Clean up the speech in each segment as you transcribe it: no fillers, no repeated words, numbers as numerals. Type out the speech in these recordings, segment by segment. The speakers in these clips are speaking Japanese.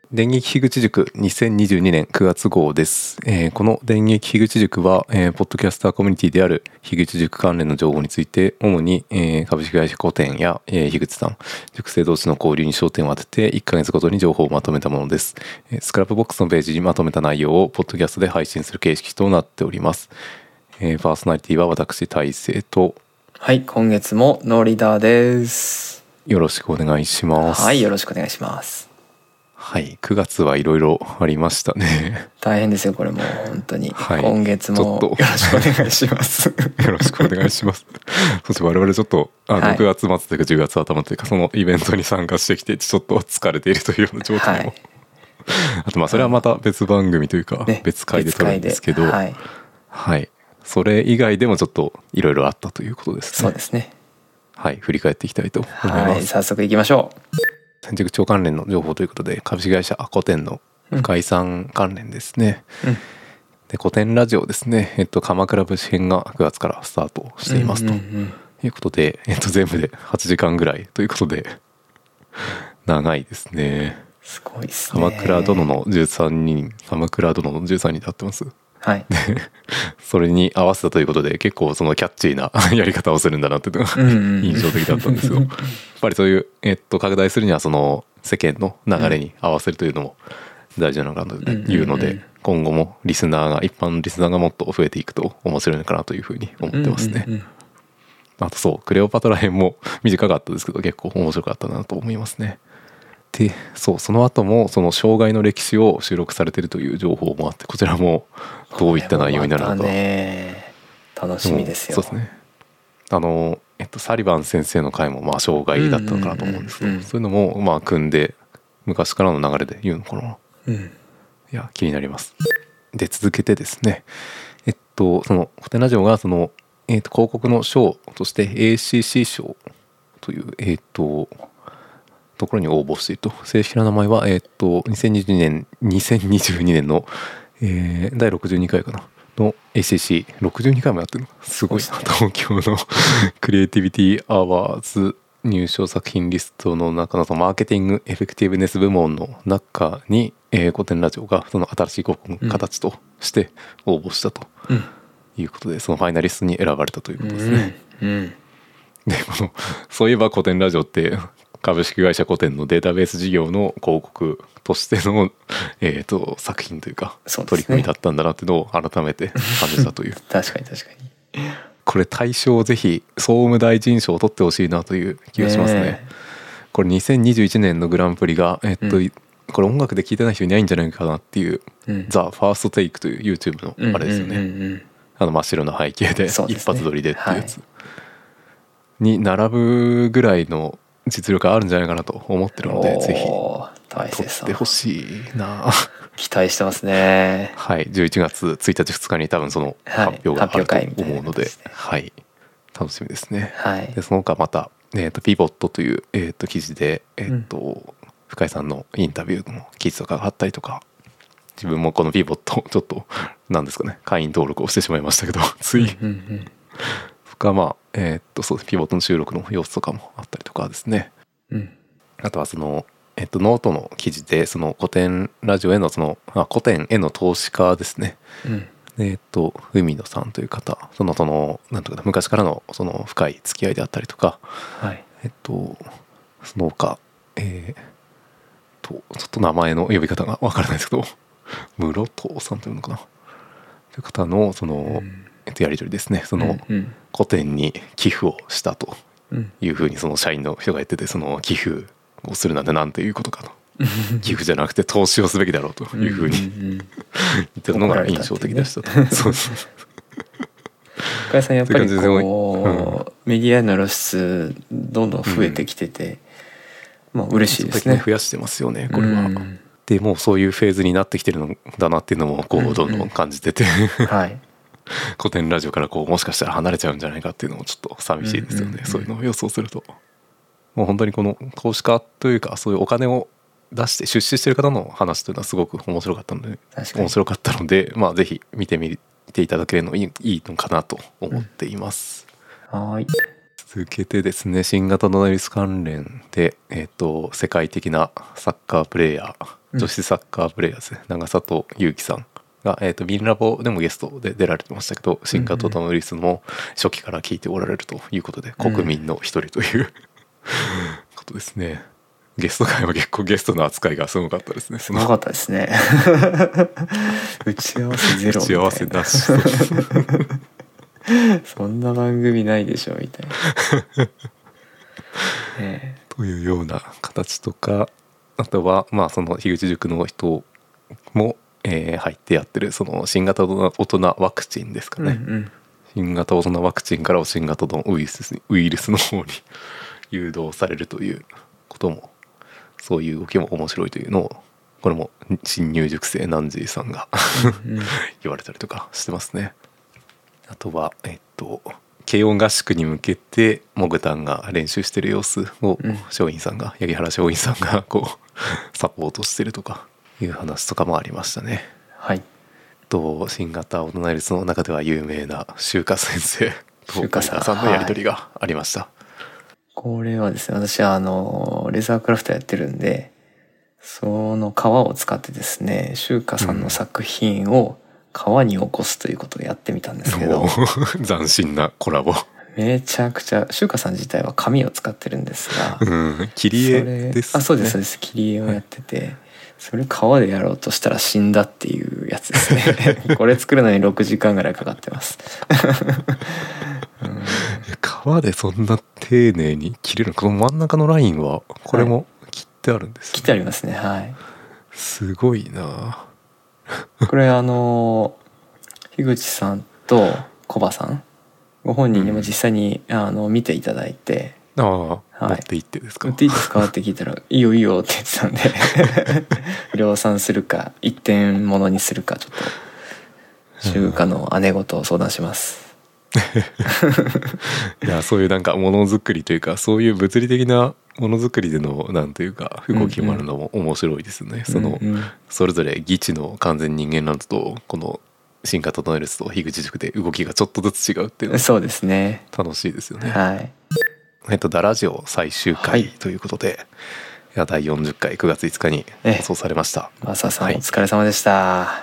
電撃樋口塾2022年9月号です。この電撃樋口塾は、ポッドキャスターコミュニティである樋口塾関連の情報について、主に、株式会社コテンや、樋口さん、塾生同士の交流に焦点を当てて1ヶ月ごとに情報をまとめたものです。スクラップボックスのページにまとめた内容をポッドキャストで配信する形式となっております。パーソナリティは私大成と、 はい、今月もノーリーダーです。 よろしくお願いします。 はい、よろしくお願いします。 はい、9月はいろいろありましたね。 大変ですよこれも本当に、 はい、 今月もよろしくお願いしますよろしくお願いしますそして我々ちょっと9月末というか10月頭というかそのイベントに参加してきてちょっと疲れているというような状態も、はい、あとまあそれはまた別番組というか別回で撮るんですけど、はい、はい、それ以外でもちょっといろいろあったということですね。 そうですね。 はい、振り返っていきたいと思います。 はい、早速いきましょう。 塾長関連の情報ということで株式会社コテンの解散関連ですね、でコテンラジオですね、鎌倉節編が9月からスタートしていますということで、全部で8時間ぐらいということで長いですね。 すごいですね。 鎌倉殿の13人鎌倉殿の13人で合ってます。 はい、 それに合わせたということで結構そのキャッチーなやり方をするんだなっていうのが印象的だったんですよ。やっぱりそういう、拡大するにはその世間の流れに合わせるというのも大事なのかなというので、今後もリスナーが一般のリスナーがもっと増えていくと面白いのかなというふうに思ってますね。あとそうクレオパトラ編も短かったですけど結構面白かったなと思いますね。でその後もその障害の歴史を収録されているという情報もあって、こちらもどういった内容になるのか、 楽しみですよ。 そうですね。サリバン先生の回もまあ障害だったのかなと思うんですけど、そういうのもまあ組んで昔からの流れで言うのかな、いや気になります。で続けてですね、そのコテンラジオがその、広告の賞として ACC 賞というところに応募していると。正式な名前は2022年の、第62回かなの ACC62 回もやってるのすごいな。東京のクリエイティビティアワーズ入賞作品リストの中のマーケティングエフェクティブネス部門の中に、コテンラジオがその新しい広告の形として応募したということで、そのファイナリストに選ばれたということですね。でそういえばコテンラジオって株式会社コテンのデータベース事業の広告としての、作品というか取り組みだったんだなっていうのを改めて感じたという確かにこれ大賞をぜひ総務大臣賞を取ってほしいなという気がしますね。これ2021年のグランプリが、これ音楽で聴いてない人いないんじゃないかなっていう、ザ・ファーストテイクという YouTube のあれですよね。真っ白な背景で一発撮りでっていうやつに並ぶぐらいの実力あるんじゃないかなと思ってるので、ぜひ撮ってほしいな。 期待してますね。 はい、11月1日2日に多分その発表があると思うので、はい、楽しみですね。でその他また、ピボットという、記事で、深井さんのインタビューの記事とかがあったりとか、自分もこのピボットちょっとなんですかね、会員登録をしてしまいましたけどついがまあそうです、ピボットの収録の様子とかもあったりとかですね、あとはそのノートの記事でそのコテンラジオへのそのコテンへの投資家ですね、海野さんという方、そのなんとか昔からのその深い付き合いであったりとか、その他ちょっと名前の呼び方がわからないですけど室戸さんというのかなという方のそのやり取りですね。そのコテンに寄付をしたというふうにその社員の人が言ってて、その寄付をするなんてなんていうことかと寄付じゃなくて投資をすべきだろうというふうに言ってたのが印象的でしたと。そうそう深井さんやっぱりこうメディアへの露出どんどん増えてきてて、まあ嬉しいですね。 増やしてますよねこれは。でもうそういうフェーズになってきてるのだなっていうのもこうどんどん感じてて、古典ラジオからこうもしかしたら離れちゃうんじゃないかっていうのもちょっと寂しいですよね。そういうのを予想するともう本当にこの投資家というかそういうお金を出して出資してる方の話というのはすごく面白かったので、まあぜひ見てみていただけるのいいのかなと思っています。 はい。 続けてですね、新型ノウイルス関連で、世界的なサッカープレーヤー女子サッカープレイヤーですね、長里祐樹さんが、ミンラボでもゲストで出られてましたけど、新型コロナウイルスも初期から聞いておられるということで、国民の一人ということですね。ゲスト会は結構ゲストの扱いがすごかったですね。 すごかったですね。打ち合わせゼロみたいな。打ち合わせなし。そんな番組ないでしょみたいな。 というような形とか、あとはまあその樋口塾の人も、入ってやってるその新型大人ワクチンですかね。新型大人ワクチンから新型のウイルスの方に誘導されるということも、そういう動きも面白いというのを、これも新入塾生ナンジーさんが言われたりとかしてますね。あとは軽音合宿に向けてモグタンが練習してる様子を松陰さんが、八木原松陰さんがこうサポートしてるとかいう話とかもありましたね。 はい。 新型大人ウイルスの中では有名な修華先生と小田さんのやり取りがありました。 これはですね、私はレザークラフトやってるんで、その革を使ってですね、修華さんの作品を革に起こすということをやってみたんですけど、 斬新なコラボ。 めちゃくちゃ、修華さん自体は紙を使ってるんですが、 切り絵ですね。 そうですそうです、切り絵をやってて、それ革でやろうとしたら死んだっていうやつですね。これ作るのに6時間ぐらいかかってます。 革でそんな丁寧に切れるの？この真ん中のラインはこれも切ってあるんですね。 切ってありますね。はい。 すごいな。 これ樋口さんとコバさんご本人にも実際に見ていただいて、 持って行ってですか？ 持っていいですかって聞いたらいいよいいよって言ってたんで量産するか一点物にするかちょっと修華の姉御と相談します。 いや、そういうなんかものづくりというか、そういう物理的なものづくりでのなんというか動きもあるのも面白いですね。それぞれ議地の完全人間なんとこの新型コロナウイルスと樋口塾で動きがちょっとずつ違うっていうのはそうですね、 楽しいですよね。 はい。 ダラジオ最終回ということで、いや第40回9月5日に放送されました。 マサさん、お疲れ様でした。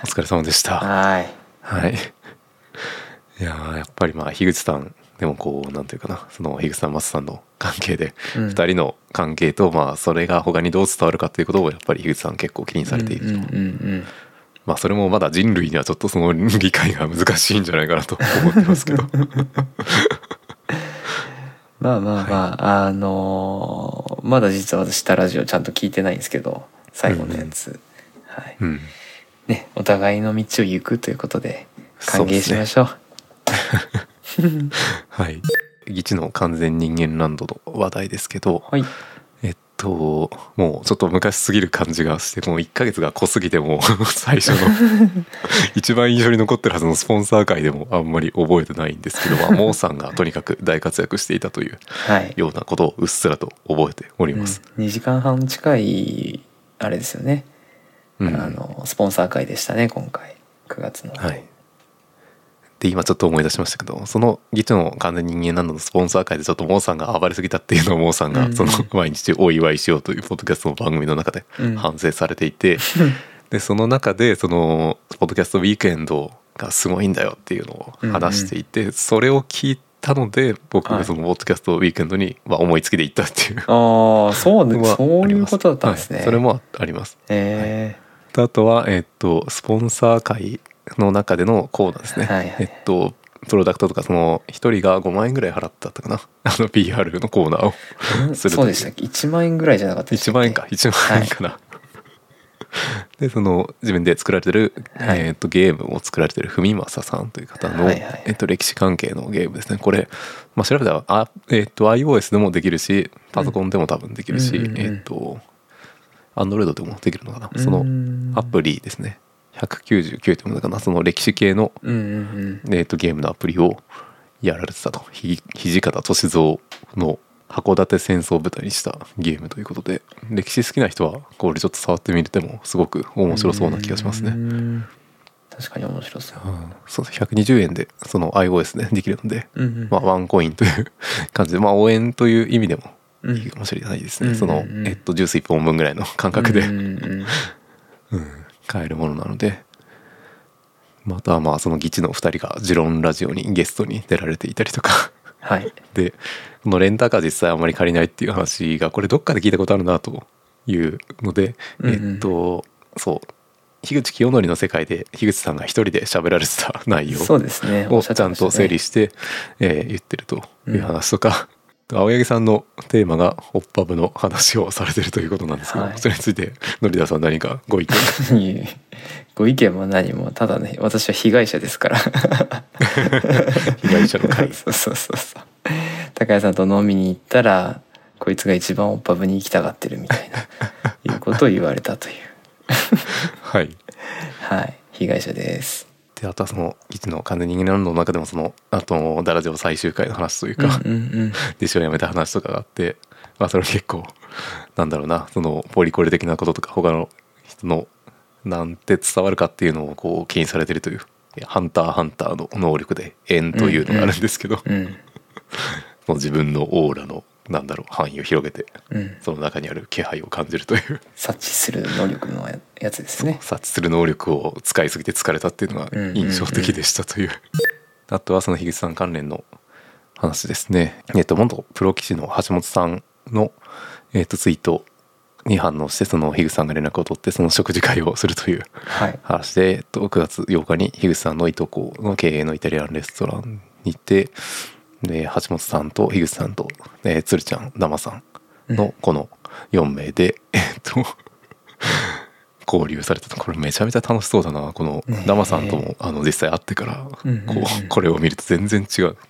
お疲れ様でした。 はい。 いややっぱり樋口さんでもこうなんていうかな、その樋口さんマサさんの関係で、2人の関係とそれが他にどう伝わるかということをやっぱり樋口さん結構気にされていると。それもまだ人類にはちょっとその理解が難しいんじゃないかなと思ってますけど。 まだ実は私ラジオちゃんと聞いてないんですけど、最後のやつ、ね、お互いの道を行くということで歓迎しましょう。 はい。議地の完全人間ランドの話題ですけど、もうちょっと昔すぎる感じがして、もう1ヶ月が濃すぎても最初の一番印象に残ってるはずのスポンサー会でもあんまり覚えてないんですけど、モーさんがとにかく大活躍していたというようなことをうっすらと覚えております。 2時間半近いあれですよね、スポンサー会でしたね今回9月の。 で今ちょっと思い出しましたけど、その議長の完全人間ランドのスポンサー会でちょっとモーさんが暴れすぎたっていうのをモーさんがその毎日お祝いしようというポッドキャストの番組の中で反省されていて、でその中でそのポッドキャストウィークエンドがすごいんだよっていうのを話していて、それを聞いたので僕がそのポッドキャストウィークエンドに思いつきで行ったっていう、 そういうことだったんですね。 それもあります。あとはスポンサー会の中でのコーナーですね。プロダクトとかその1人が5万円ぐらい払ったかな、PR のコーナーをする。 そうでしたっけ、1万円ぐらいじゃなかったですか。 1万円か、1万円かな。でその自分で作られてる、ゲームを作られてる文正さんという方の、歴史関係のゲームですね。これ、調べたらiOS でもできるしパソコンでも多分できるし、Android でもできるのかな。そのアプリですね。199というのかな、その歴史系の、ゲームのアプリをやられてたと。土方歳三の函館戦争を舞台にしたゲームということで、歴史好きな人はこれちょっと触ってみてもすごく面白そうな気がしますね。 確かに面白そう。 そう120円でその iOS でできるので、ワンコインという感じで、応援という意味でもいいかもしれないですね。そのジュース1本分ぐらいの感覚で変えるものなので、またはまあその議事の2人がジロンラジオにゲストに出られていたりとかはい、 でこのレンタカー実際あんまり借りないっていう話がこれどっかで聞いたことあるなというので、そう樋口清則の世界で樋口さんが一人で喋られてた内容をちゃんと整理して、言ってるという話とか、青柳さんのテーマがホッパブの話をされてるということなんですけど、それについてのりださん何かご意見ご意見も何も、ただね私は被害者ですから被害者の会そう高谷さんと飲みに行ったらこいつが一番ホッパブに行きたがってるみたいないうことを言われたというはい被害者です。 であとはそのいつの完全人間ランドの中でもそのあとダラジオ最終回の話というか、弟子を辞めた話とかがあって、それ結構なんだろうな、そのポリコレ的なこととか他の人のなんて伝わるかっていうのをこう気にされてるという、ハンターハンターの能力で縁というのがあるんですけど、その自分のオーラのなんだろう範囲を広げて、その中にある気配を感じるという察知する能力のやつですね。 察知する能力を使いすぎて疲れたっていうのが印象的でしたという、あとはその樋口さん関連の話ですね。元プロ棋士の橋本さんの、ツイートに反応して、その樋口さんが連絡を取ってその食事会をするという話で、9月8日に樋口さんのいとこの経営のイタリアンレストランに行って、で橋本さんと樋口さんと、鶴ちゃん生さんのこの4名で、交流されてた。これめちゃめちゃ楽しそうだな。この生さんとも実際会ってからこれを見ると全然違う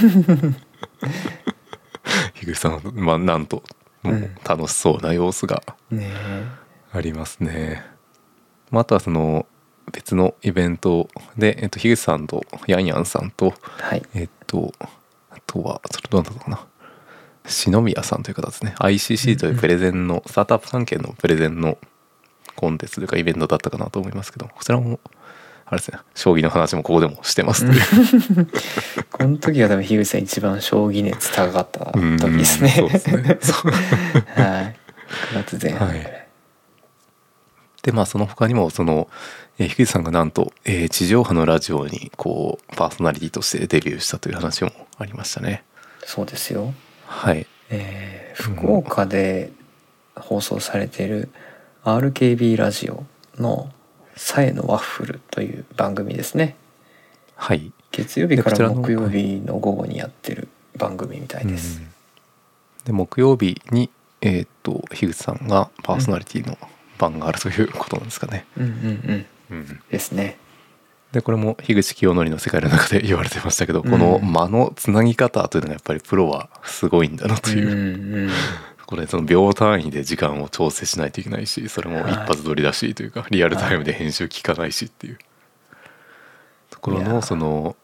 樋口さん、なんともう楽しそうな様子がありますね。あとはその別のイベントで、樋口さんとヤンヤンさんと、あとはそれどうなんだろうな、篠宮さんという方ですね。 ICC というプレゼンの、スタートアップ関係のプレゼンのコンテンツというかイベントだったかなと思いますけど、こちらもあれですね、将棋の話もここでもしてますというこの時が多分樋口さん一番将棋熱高かった時ですね。 そうですねはい、 9月前半ぐらい、 でその他にもその樋口さんがなんと、地上波のラジオにこうパーソナリティとしてデビューしたという話もありましたね。 そうですよ。 はい、 福岡で放送されている RKB ラジオのさえのワッフルという番組ですね。 はい、 月曜日から木曜日の午後にやってる番組みたいです。 で木曜日に樋口さんがパーソナリティの番があるということなんですかね。 ですね。 でこれも樋口清則の世界の中で言われてましたけど、この間のつなぎ方というのがやっぱりプロはすごいんだなという、これその秒単位で時間を調整しないといけないし、それも一発撮りだしというか、リアルタイムで編集聞かないしっていうところのその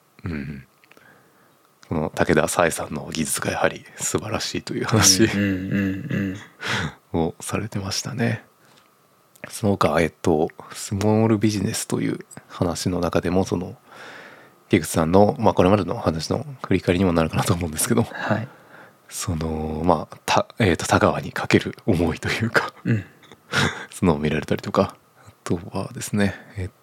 この武田紗恵さんの技術がやはり素晴らしいという話をされてましたね。その他スモールビジネスという話の中でもその樋口さんのこれまでの話の振り返りにもなるかなと思うんですけど、その田川にかける思いというかそのを見られたりとか、あとはですね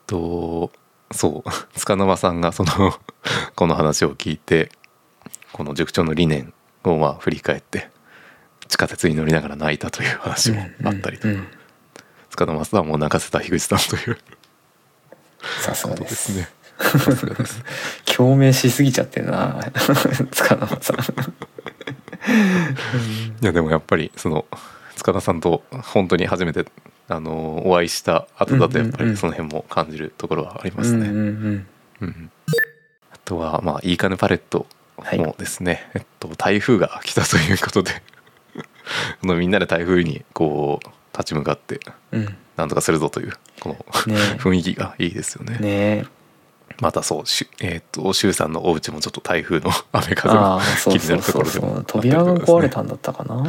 そう束の間さんがそのこの話を聞いてこの塾長の理念を振り返って地下鉄に乗りながら泣いたという話もあったりとか、塚田さんも泣かせた樋口さんというさすがですね。 さすがです共鳴しすぎちゃってるな塚田さんいやでもやっぱりその塚田さんと本当に初めてお会いした後だとやっぱりその辺も感じるところはありますね。あとはいいかねパレットもですね、台風が来たということでみんなで台風にこう立ち向かってなんとかするぞというこの雰囲気がいいですよね。またそう周さんのお家もちょっと台風の雨風が気になるところでも扉が壊れたんだったかな。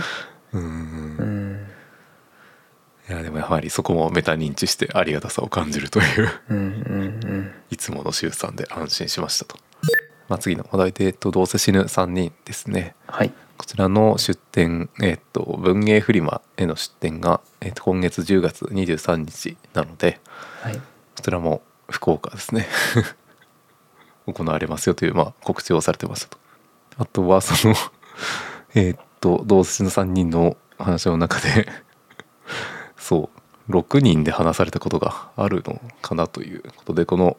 いやでもやはりそこもメタ認知してありがたさを感じるといういつもの周さんで安心しましたと。次の話題でどうせ死ぬ3人ですね。 こちらの出展、文芸フリマへの出展が、今月10月23日なので、 はい、 こちらも福岡ですね行われますよという、告知をされてましたと。あとはその同志の3人の話の中でそう6人で話されたことがあるのかなということで、この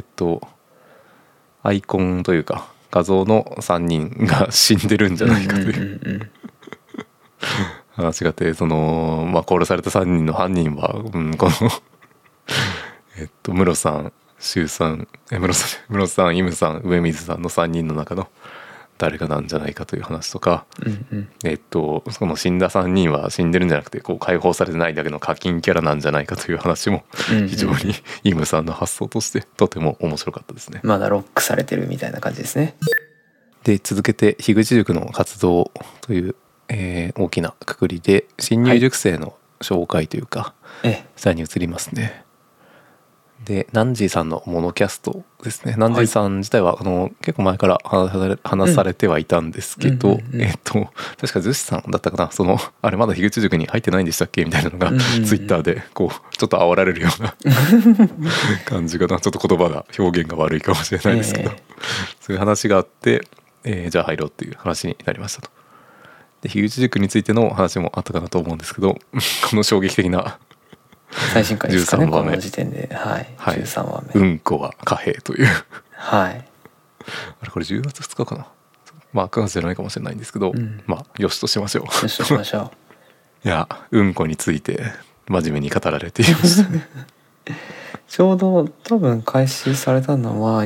アイコンというか画像の3人が死んでるんじゃないかという話があって、その殺された3人の犯人は、このムロさん、シュウさん、ムロさん、イムさん、上水さんの3人の中の誰かなんじゃないかという話とか、その死んだ3人は死んでるんじゃなくて解放されてないだけの課金キャラなんじゃないかという話も非常にイムさんの発想としてとても面白かったですね。 まだロックされてるみたいな感じですね。 で続けて樋口塾の活動という、大きな括りで新入塾生の紹介というか、さらに移りますね。でナンジーさんのモノキャストですね。ナンジーさん自体は結構前から話されてはいたんですけど、確かズシさんだったかな、あれまだ樋口塾に入ってないんでしたっけみたいなのが、ツイッターでちょっと煽られるような感じがな、ちょっと言葉が表現が悪いかもしれないですけど、そういう話があって、じゃあ入ろうっていう話になりましたと。で樋口塾についての話もあったかなと思うんですけど、この衝撃的な最新回ですかね、 13話目この時点で、13話目、 うんこは貨幣というはい、 あれこれ10月2日かな、9月じゃないかもしれないんですけど、よしとしましょう。 よしとしましょういやうんこについて真面目に語られていましたねちょうど多分開始されたのは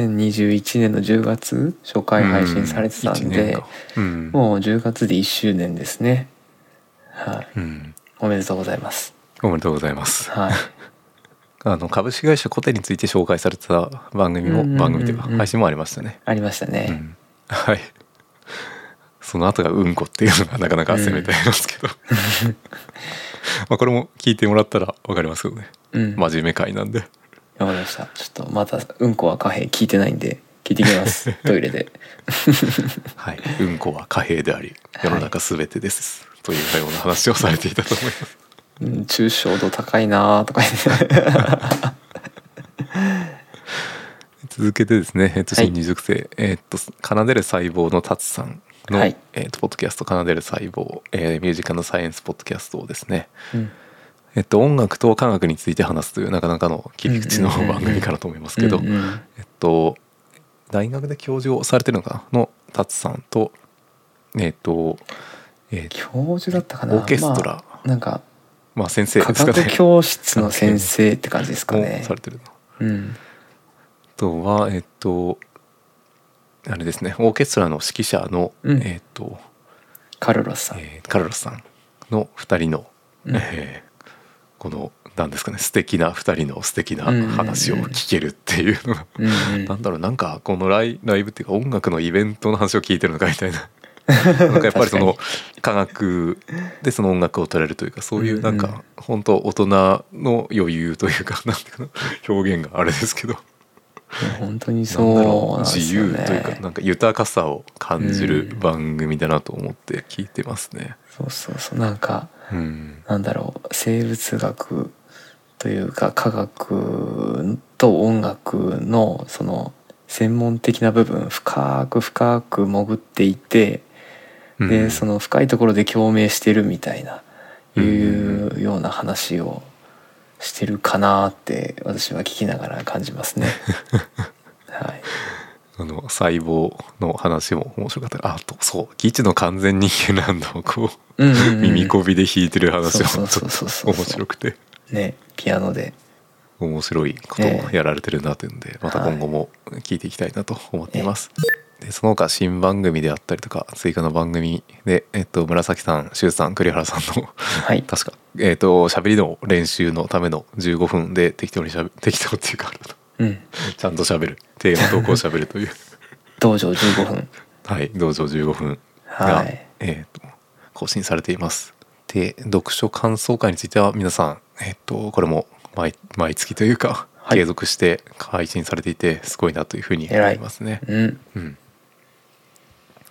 2021年の10月初回配信されてたんで、もう10月で1周年ですね。はい、おめでとうございます。 おめでとうございます。 はい株式会社コテについて紹介されてた番組というか配信もありましたね。 ありましたね。 はい。その後がうんこっていうのがなかなか攻めてありますけど、これも聞いてもらったら分かりますけどね。真面目会なんで。 わかりました。ちょっとまたうんこは貨幣聞いてないんで聞いてきますトイレで。 はい。うんこは貨幣であり世の中すべてです、というような話をされていたと思います。 抽象度高いなとか言って続けてですね、新入塾生、奏でる細胞の達さんの、ポッドキャスト奏でる細胞、ミュージカルサイエンスポッドキャストをですね、音楽と科学について話すというなかなかの切り口の番組かなと思いますけど、大学で教授をされてるのかなの達さんと、 教授だったかな、 オーケストラ、 なんか先生ですかね、 科学教室の先生って感じですかね。 されてるの。あとはあれですね、オーケストラの指揮者の、 カルロスさん、 の2人の、この何ですかね、素敵な2人の素敵な話を聞けるっていうのが、なんだろう、なんかこのライブっていうか音楽のイベントの話を聞いてるのかみたいな。なんかやっぱりその科学でその音楽を取れるというか、そういうなんか本当大人の余裕というか、なんていうかな、表現があれですけど、 本当にそうなんです自よね。 由というか、なんか豊かさを感じる番組だなと思って聞いてますね。 そうなんか、なんだろう、生物学というか科学と音楽のその専門的な部分深く潜っていて、でその深いところで共鳴してるみたいな、いうような話をしてるかなって私は聞きながら感じますね。はい。 細胞の話も面白かった。あとそう、ギチの完全人間ランドをこう、耳こびで弾いてる話もちょっと面白くてね、ピアノで面白いことをやられてるなというので、また今後も聞いていきたいなと思っています。でその他新番組であったりとか追加の番組で、紫さん、シュウさん、栗原さんの、確か喋りの練習のための15分で適当っていうか、ちゃんと喋る、テーマ投稿喋るという道場15分はい、道場15分が、更新されています。で読書感想会については皆さん、これも毎月というか継続して配信されていてすごいなというふうに思いますね。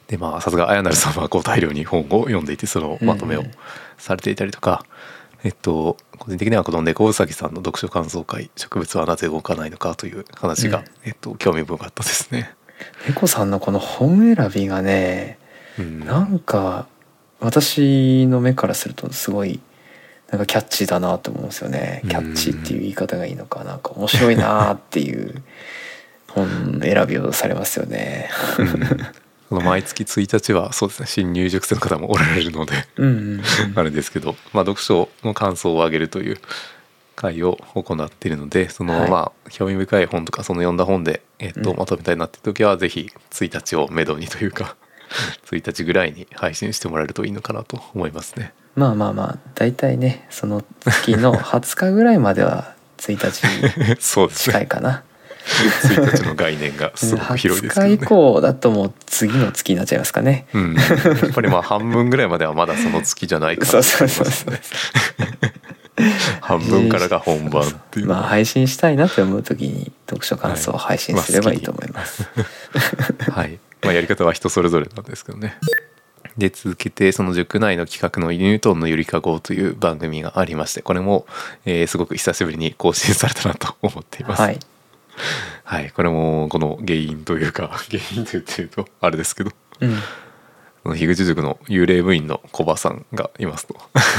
でまあさすがあやなるさんはこう大量に本を読んでいてそのまとめをされていたりとか、個人的にはこの猫うさぎさんの読書感想会植物はなぜ動かないのかという話が、興味深かったですね。 猫さんのこの本選びがね、なんか私の目からするとすごいなんかキャッチーだなと思うんですよね。キャッチーっていう言い方がいいのか、なんか面白いなっていう本選びをされますよね。 この毎月1日はそうですね、新入塾生の方もおられるのであれですけど、まあ、読書の感想を上げるという会を行っているので、そのまあ興味深い本とかその読んだ本で、まとめたいなっていう時はぜひ1日をめどにというか1日ぐらいに配信してもらえるといいのかなと思いますね。 まあだいたいねその月の20日ぐらいまでは1日に近いかな。 1日の概念がすごく広いですけどね。 20日以降だともう次の月になっちゃいますかね。 やっぱりまあ半分ぐらいまではまだその月じゃないかなと思いますね。半分からが本番っていう。 まあ配信したいなって思う時に読書感想を配信すればいいと思います。 はい。まあやり方は人それぞれなんですけどね。で続けてその塾内の企画のニュートンのゆりかごという番組がありまして、これも、すごく久しぶりに更新されたなと思っています。はい、これもこの原因というか原因と言ってるとあれですけど、樋口塾の幽霊部員の小葉さんがいますと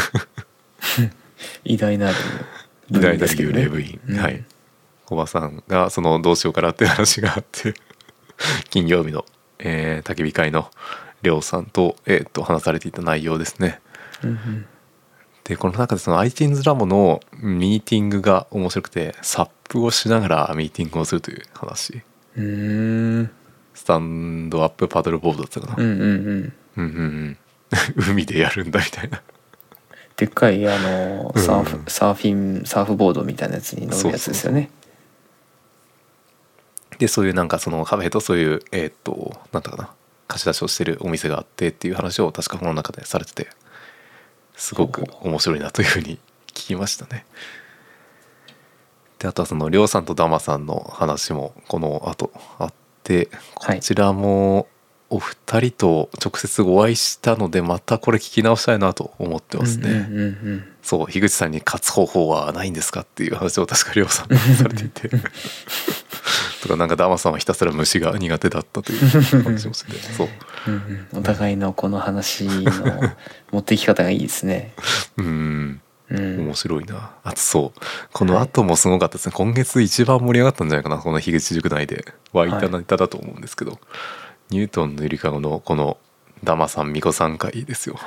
偉大なる幽霊部員、小葉さんがそのどうしようかなっていう話があって金曜日の、焚き火会のりょうさんと、話されていた内容ですね。でこの中でその iTunes ラボのミーティングが面白くて、サップをしながらミーティングをするという話。スタンドアップパドルボードだったかな。海でやるんだみたいな。 でっかいサーフボードみたいなやつに乗るやつですよね。 でそういうなんかそのカフェとそういうなんだかな、貸し出しをしてるお店があってっていう話を確かこの中でされてて、すごく面白いなというふうに聞きましたね。であとはそのりょうさんとダマさんの話もこの後あって、こちらもお二人と直接お会いしたのでまたこれ聞き直したいなと思ってますね。そう、樋口さんに勝つ方法はないんですかっていう話を確かりょうさんがされていてとか、なんかダマさんはひたすら虫が苦手だったという話をしてて、そう、 お互いのこの話の持っていき方がいいですね。 面白いな。あとそうこの後もすごかったですね。今月一番盛り上がったんじゃないかな、この樋口塾内で湧いたネタだと思うんですけど、ニュートンのゆりかごのこのダマさんミコさん会ですよ。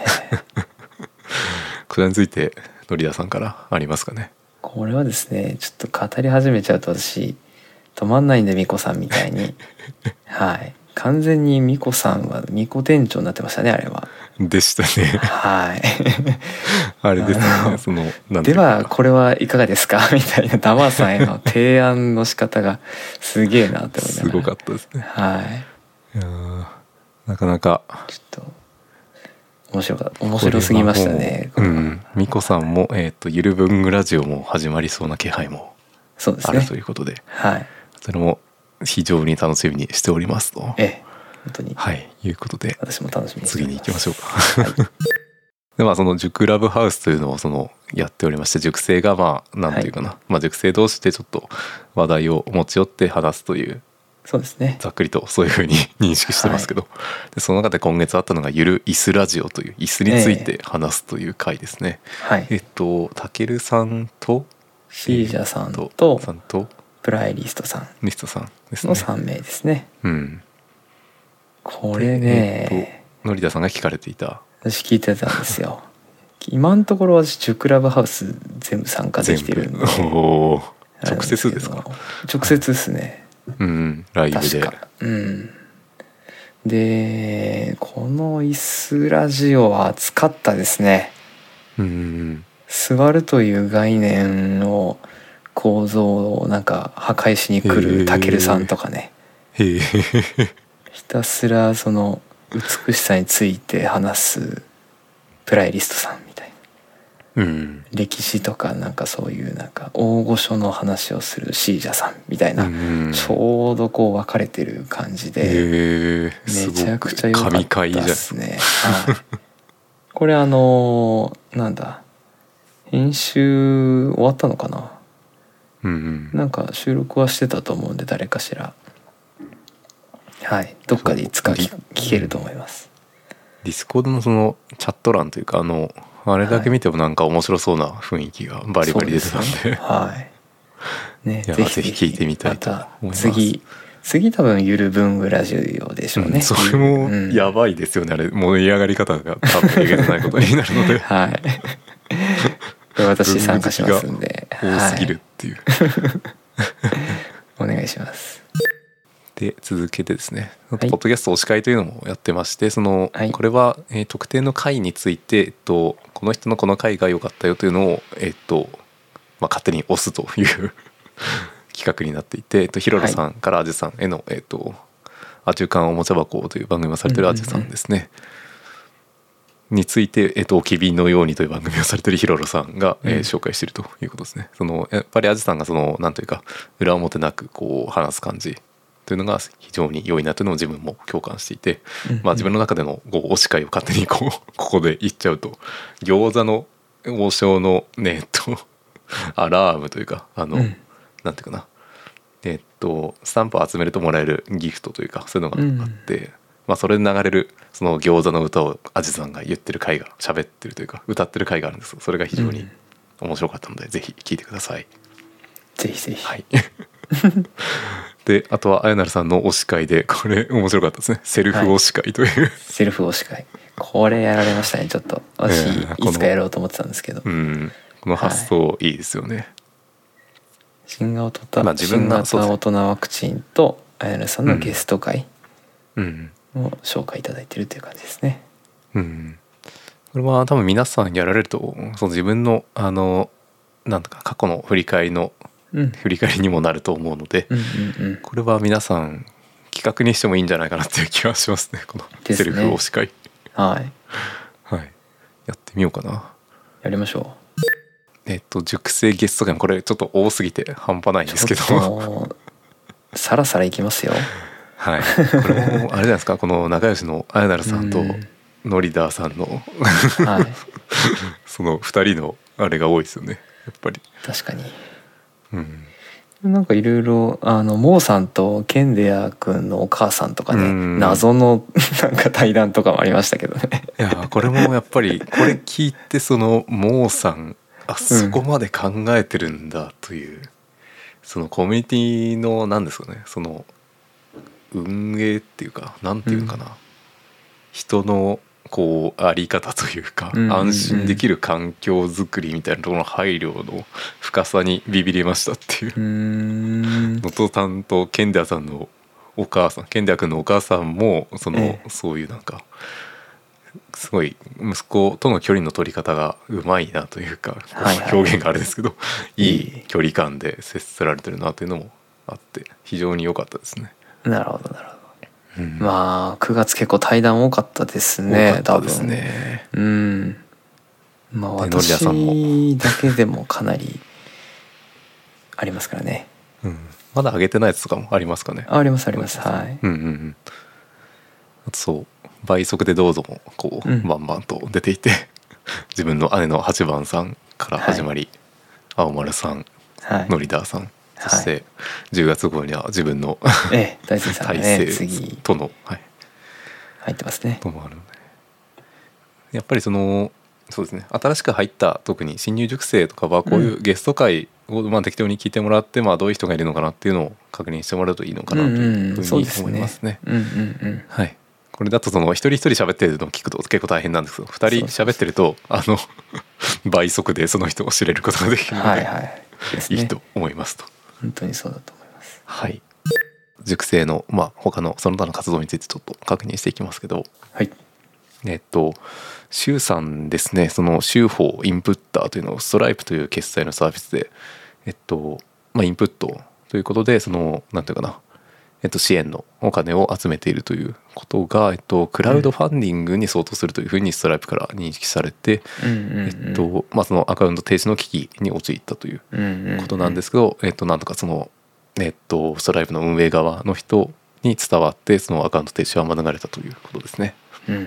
こちらについてのりださんからありますかね。 これはですね、ちょっと語り始めちゃうと私止まんないんで、ミコさんみたいに完全にミコさんはミコ店長になってましたね、あれは。 でしたね。あれですね。そのではこれはいかがですかみたいなダマさんへの提案の仕方がすげえなって思いながら。 すごかったですね。いやなかなかちょっと面白すぎましたね。 ミコさんもゆる文具ラジオも始まりそうな気配もあるということで、それも非常に楽しみにしておりますと。 本当に。 いうことで、 私も楽しみにしております。 次に行きましょうか。でその塾ラブハウスというのをそのやっておりまして、塾生がなんていうかな、塾生同士でちょっと話題を持ち寄って話すという。 そうですね。 ざっくりとそういうふうに認識してますけど、でその中で今月あったのがゆる椅子ラジオという椅子について話すという回ですね。たけるさんとシージャさんとプライリストさんの3名ですね。これね、 のりださんが聞かれていた。 私聞いてたんですよ。今のところ私塾ラブハウス全部参加できてるんで。 直接ですか？ 直接ですね。 ライブで。 でこの椅子ラジオは熱かったですね。座るという概念の構造をなんか破壊しに来るたけるさんとかね、ひたすらその美しさについて話すプライリストさんみたい歴史とかなんかそういうなんか大御所の話をするシージャさんみたいな、ちょうどこう分かれてる感じで、めちゃくちゃ良かったですね。これなんだ編集終わったのかな、なんか収録はしてたと思うんで誰かしら、はい、どっかでいつか聞けると思います。 ディスコードのそのチャット欄というかあれだけ見てもなんか面白そうな雰囲気がバリバリ出てたんで、 はいね、 ぜひ聞いてみたいと思います。 次多分ゆる文具ラジオでしょうね、 それもやばいですよね、あれ盛り上がり方が多分えげつないことになるのではい私参加しますんで多すぎるっていう、 お願いします。 で続けてですね、ポッドキャスト推し会というのもやってまして、これは、特定の回について、この人のこの回が良かったよというのを、勝手に推すという企画になっていて、ヒロロさんからアジさんへの、アジュカンおもちゃ箱という番組をされてるアジさんですね、について、機敏のようにという番組をされてるヒロロさんが、紹介しているということですね。やっぱりアジさんがなんというか裏表なくこう話す感じというのが非常に良いなというのを自分も共感していて、自分の中での推し会を勝手にここで言っちゃうと、餃子の王将のアラームというかなんていうかな、スタンプを集めるともらえるギフトというかそういうのがあって、それで流れるその餃子の歌をアジさんが言ってる回が喋ってるというか歌ってる回があるんです。それが非常に面白かったので、ぜひ聞いてください。 ぜひぜひ。 はいであとはあやなるさんの推し会で、これ面白かったですね。セルフ推し会という、 セルフ推し会、これやられましたね。ちょっと私いつかやろうと思ってたんですけど、 この発想いいですよね。 新型大人ワクチンとあやなるさんのゲスト会を紹介いただいてるという感じですね。 これは多分皆さんやられると、自分のなんとか過去の振り返りにもなると思うので、これは皆さん企画にしてもいいんじゃないかなっていう気がしますね。このセルフ推し会、やってみようかな。 やりましょう。熟成ゲスト会もこれちょっと多すぎて半端ないんですけどさらさらいきますよ。 はい、これもあれじゃないですか、この仲良しのあやなるさんとノリダーさんのその2人のあれが多いですよね、やっぱり。 確かに。なんかいろいろモーさんとケンデア君のお母さんとかね、謎のなんか対談とかもありましたけどね。 いやこれもやっぱりこれ聞いて、そのモーさんそこまで考えてるんだという、そのコミュニティの何ですかね、その運営っていうかなんていうかな、人のこうあり方というか、安心できる環境づくりみたいなところの配慮の深さにビビりましたっていう。能登さんとケンデアさんのお母さん、ケンデア君のお母さんもそういうなんかすごい息子との距離の取り方がうまいなというか、表現があれですけど、いい距離感で接せられてるなというのもあって非常に良かったですね。 なるほどなるほど。まあ9月結構対談多かったですね。 多かったですね。 まあ私だけでもかなりありますからね。 まだ上げてないやつとかもありますかね。 ありますあります。はい。 あとそう倍速でどうぞもこうバンバンと出ていて、自分の姉の8番さんから始まり、青丸さん、ノリダーさん、そして10月号には自分の大勢さんがね次との入ってますね。 ともあるので、やっぱりそうですね、新しく入った特に新入塾生とかはこういうゲスト会を適当に聞いてもらって、どういう人がいるのかなっていうのを確認してもらうといいのかなというふうに思いますね。はい。これだと一人一人喋ってるのを聞くと結構大変なんですけど、2人喋ってると倍速でその人を知れることができるので、いいと思いますと。 本当にそうだと思います。 はい。塾生の他のその他の活動についてちょっと確認していきますけど、シュウさんですね、そのシュウフォーインプッターというのをストライプという決済のサービスでインプットということでなんていうかな、 支援のお金を集めているということが、クラウドファンディングに相当するというふうにストライプから認識されて、まあ、そのアカウント停止の危機に陥ったということなんですけど、なんとかその、ストライプの運営側の人に伝わって、そのアカウント停止は免れたということですね。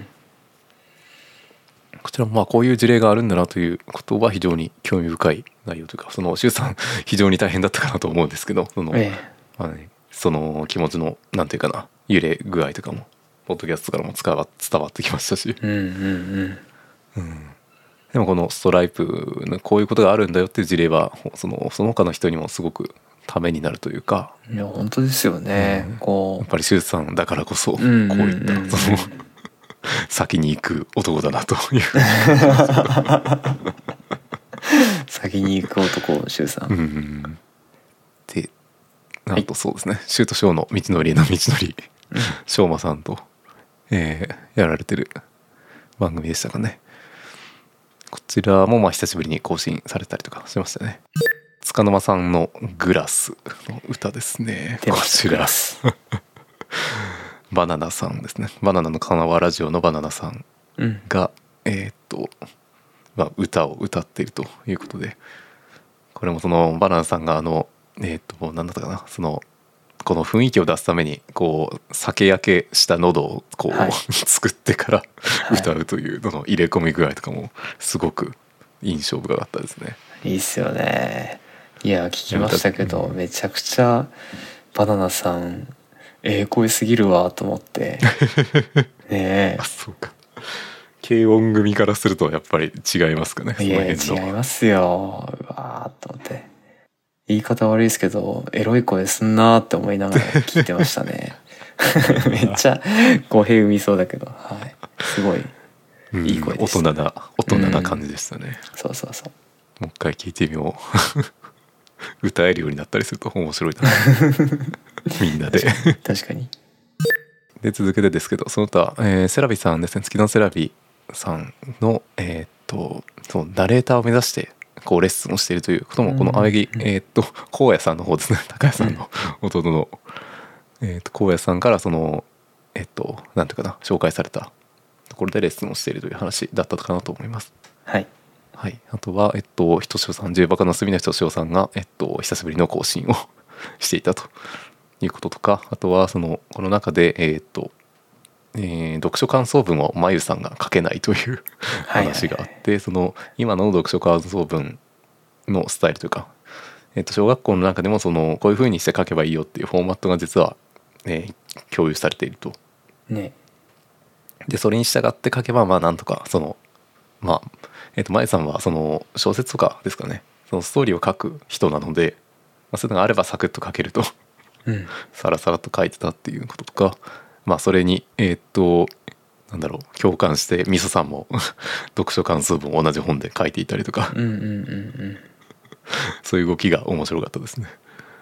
こちらもまあこういう事例があるんだなということは非常に興味深い内容というか、その周さん非常に大変だったかなと思うんですけど、その、まあね、その気持ちのなんていうかな、揺れ具合とかもポッドキャストからも伝わってきましたし、でもこのストライプのこういうことがあるんだよっていう事例はその他の人にもすごくためになるというか。 いや本当ですよね。こうやっぱり周さんだからこそこういったその先に行く男だなという先に行く男周さん、 でなんとそうですね、シュートショーの道のりへの道のり翔馬さんと、やられてる番組でしたかね。こちらもまあ久しぶりに更新されたりとかしましたね。束の間さんのグラスの歌ですね。こちらバナナさんですね。バナナのかなわラジオのバナナさんが、まあ、歌を歌っているということで、これもそのバナナさんが何だったかな、そのこの雰囲気を出すためにこう酒焼けした喉をこう、作ってから歌うというのの入れ込み具合とかもすごく印象深かったですね。 いいっすよね。いや聞きましたけど、めちゃくちゃバナナさん声すぎるわと思ってね。 あ、そうか。軽音組からするとやっぱり違いますかね。 いや違いますよ。うわーと思って、言い方悪いですけどエロい声すんなーって思いながら聞いてましたねめっちゃ語弊生みそうだけど、はい、すごいいい声でした、 大人な感じでしたね。 そうそうそう。 もう一回聞いてみよう歌えるようになったりすると面白いなみんなで確かに。 で続けてですけど、その他、セラビさんですね、月のセラビさんのそうナレーターを目指してこうレッスンをしているということも、この青柳荒野さんの方ですね、高谷さんの弟の荒野さんからそのなんていうかな、紹介されたところでレッスンをしているという話だったかなと思います。 はいはい、あとはひとしおさん、J バカの隅野ひとしおさんが久しぶりの更新をしていたということとか、あとはこの中で読書感想文をまゆさんが書けないという話があって、その今の読書感想文のスタイルというか、小学校の中でもこういう風にして書けばいいよっていうフォーマットが実は、共有されていると。 ね、 でそれに従って書けばまあなんとかまあまゆさんはその小説とかですかね、そのストーリーを書く人なので、そういうのがあればサクッと書けるとさらさらと書いてたっていうこととか、まあそれになんだろう、共感してみそさんも読書感想文を同じ本で書いていたりとか、そういう動きが面白かったですね。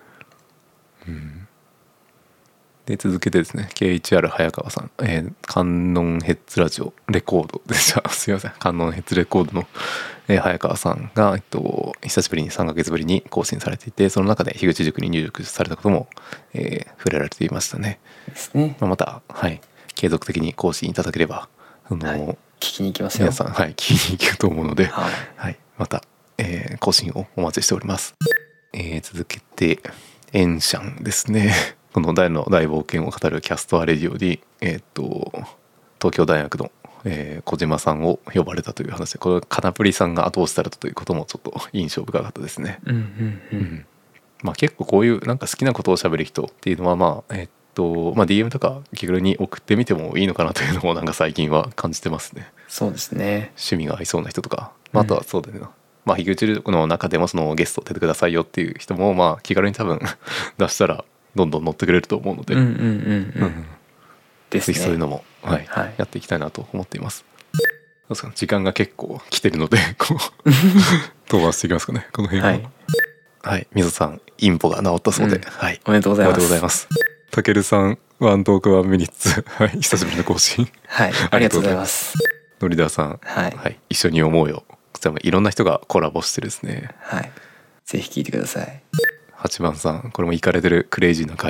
で続けてですね、 KHR 早川さん、観音ヘッズラジオレコードでしたすいません、観音ヘッズレコードの、早川さんが、久しぶりに3ヶ月ぶりに更新されていて、その中で樋口塾に入塾されたことも、触れられていましたね。 ですね。 また、はい、継続的に更新いただければ聞きに行きますよ。 皆さん、はい、聞きに行くと思うので、はい、また、更新をお待ちしております。続けてエンシャンですね。この大の大冒険を語るキャストアレディオに、東京大学の、小島さんを呼ばれたという話で、これカナプリさんが後押しされたということもちょっと印象深かったですね。まあ結構こういうなんか好きなことを喋る人っていうのはまあDM とか気軽に送ってみてもいいのかなというのもなんか最近は感じてますね。 そうですね。 趣味が合いそうな人とか、あとはそうだよね、まあ樋口塾の中でもそのゲスト出てくださいよっていう人もまあ気軽に多分出したらどんどん乗ってくれると思うので、ぜひそういうのも、はいはい、やっていきたいなと思っています。どうですか、時間が結構来てるのでこう飛ばしていきますかね、この辺は。はい、みぞさんインポが治ったそうで、はい、 おめでとうございます。 たけるさんワントークワンミニッツ、はい、久しぶりの更新はいありがとうございます。 のりださん、はい、一緒に思うよ、こちらもいろんな人がコラボしてですね、 はい、ぜひ聞いてください。 8番さん、これもイカれてるクレイジーな回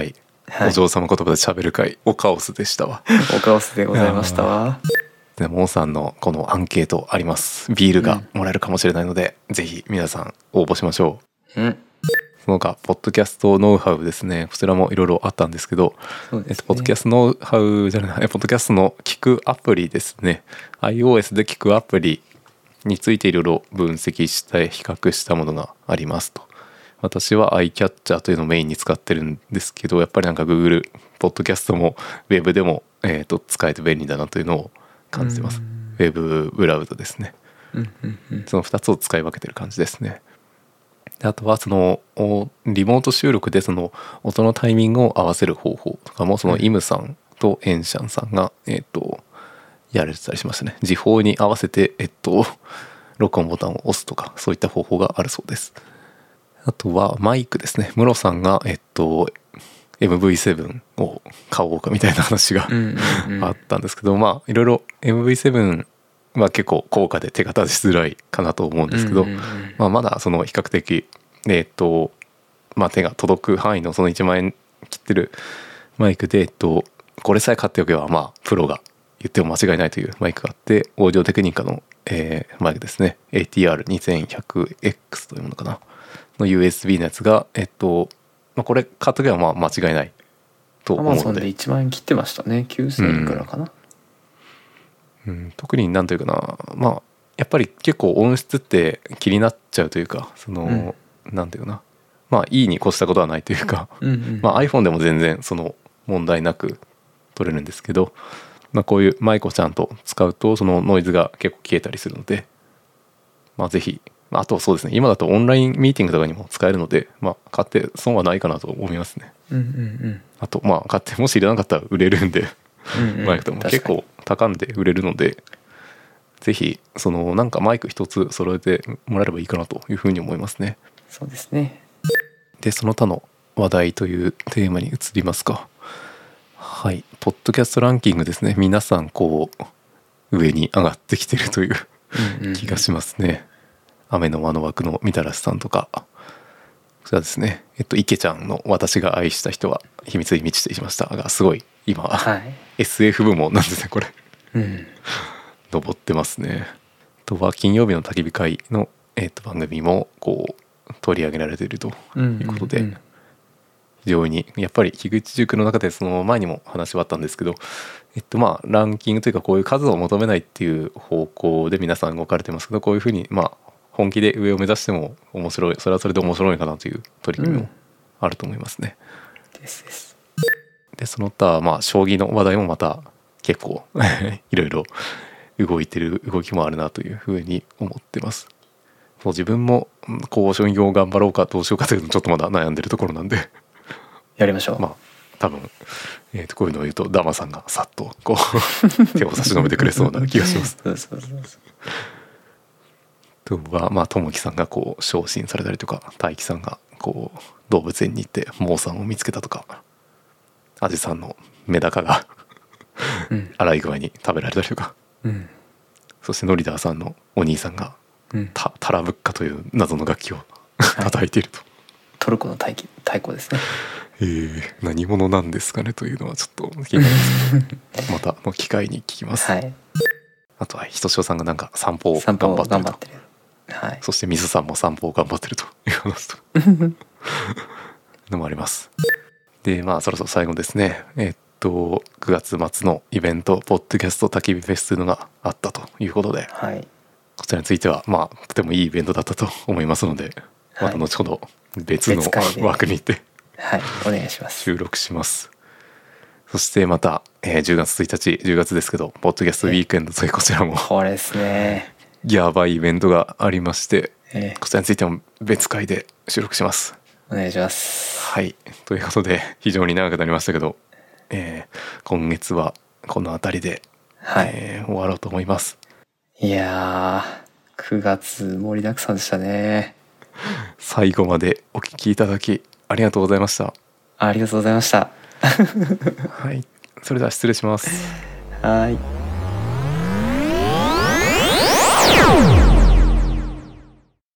お嬢様言葉で喋る会オカオスでしたわ。 オカオスでございましたわ。 でモンさんのこのアンケートあります。ビールがもらえるかもしれないので、ぜひ皆さん応募しましょう。その他ポッドキャストノウハウですね。こちらもいろいろあったんですけど、ポッドキャストノウハウじゃない、ポッドキャストの聞くアプリですね。 iOS で聞くアプリについていろいろ分析して比較したものがありますと。私は iCatcher というのをメインに使ってるんですけど、やっぱりなんか Google ポッドキャストも Web でも、使えて便利だなというのを感じてます。Web ブラウザですね。その2つを使い分けてる感じですね。であとはそのリモート収録でその音のタイミングを合わせる方法とかも、そのイムさんとエンシャンさんがやれてたりしましたね。時報に合わせて録音ボタンを押すとか、そういった方法があるそうです。あとはマイクですね。ムロさんがMV7 を買おうかみたいな話があったんですけど、まあいろいろ MV7 は結構高価で手が出しづらいかなと思うんですけど、まあまだその比較的まあ手が届く範囲のその1万円切ってるマイクでこれさえ買っておけばまあプロが言っても間違いないというマイクがあって、オーディオテクニカのマイクですね。 ATR2100X というものかなの USB のやつがまあ、これ買っとけばまあ間違いないと思うので、 Amazon で1万円切ってましたね。9000いくらかな。 特になんというかな、まあやっぱり結構音質って気になっちゃうというか、その、なんていうかな、まあいいに越したことはないというか、まあ iPhone でも全然その問題なく撮れるんですけど、まあ、こういうマイクをちゃんと使うとそのノイズが結構消えたりするので、まあぜひ、あとそうですね、今だとオンラインミーティングとかにも使えるので、まあ買って損はないかなと思いますね。あとまあ買ってもしいらなかったら売れるんでマイクとも結構高んで売れるので、ぜひそのなんかマイク一つ揃えてもらえればいいかなというふうに思いますね。 そうですね。 でその他の話題というテーマに移りますか。はい、ポッドキャストランキングですね。皆さんこう上に上がってきてるという気がしますね。雨の輪の枠のみたらしさんとか、こちらですね、池ちゃんの私が愛した人は秘密に満ちていましたが、すごい今、はい、SF 部門なんですねこれ、上ってますね。あとは金曜日の焚き火会の、番組もこう取り上げられているということで、非常にやっぱり樋口塾の中でその前にも話はあったんですけど、まあランキングというかこういう数を求めないっていう方向で皆さん動かれてますけど、こういうふうにまあ本気で上を目指しても面白い、それはそれで面白いかなという取り組みもあると思いますね。でその他まあ将棋の話題もまた結構いろいろ動いてる動きもあるなというふうに思ってます。もう自分もこう将棋を頑張ろうかどうしようかというのちょっとまだ悩んでるところなんでやりましょう。 まあ多分、こういうのを言うとダマさんがさっとこう手を差し伸べてくれそうな気がします。とはまあともきさんがこう昇進されたりとか、大輝さんがこう動物園に行ってモーさんを見つけたとか、アジさんのメダカが荒い具合に食べられたりとか、そしてノリダーさんのお兄さんがタラブッカという謎の楽器を叩いていると、 トルコの太鼓ですね。 何者なんですかねというのはちょっと気になりますけどまたの機会に聞きます。あとはひとしおさんがなんか散歩を頑張ってると、そして水さんも散歩を頑張ってるという話とのもあります。でまあそろそろ最後ですね。9月末のイベントポッドキャスト焚き火フェスというのがあったということで、こちらについてはまあとてもいいイベントだったと思いますので、また後ほど別の枠にてお願いします。 収録します。そしてまた、10月1日10月ですけどポッドキャストウィークエンドというこちらもこれですね、 やばいイベントがありまして、こちらについても別回で収録します。 お願いします。 はい、ということで非常に長くなりましたけど、今月はこの辺りで、終わろうと思います。 いやー9月盛りだくさんでしたね。 最後までお聞きいただきありがとうございました。 ありがとうございました。 はい、それでは失礼します。 はい。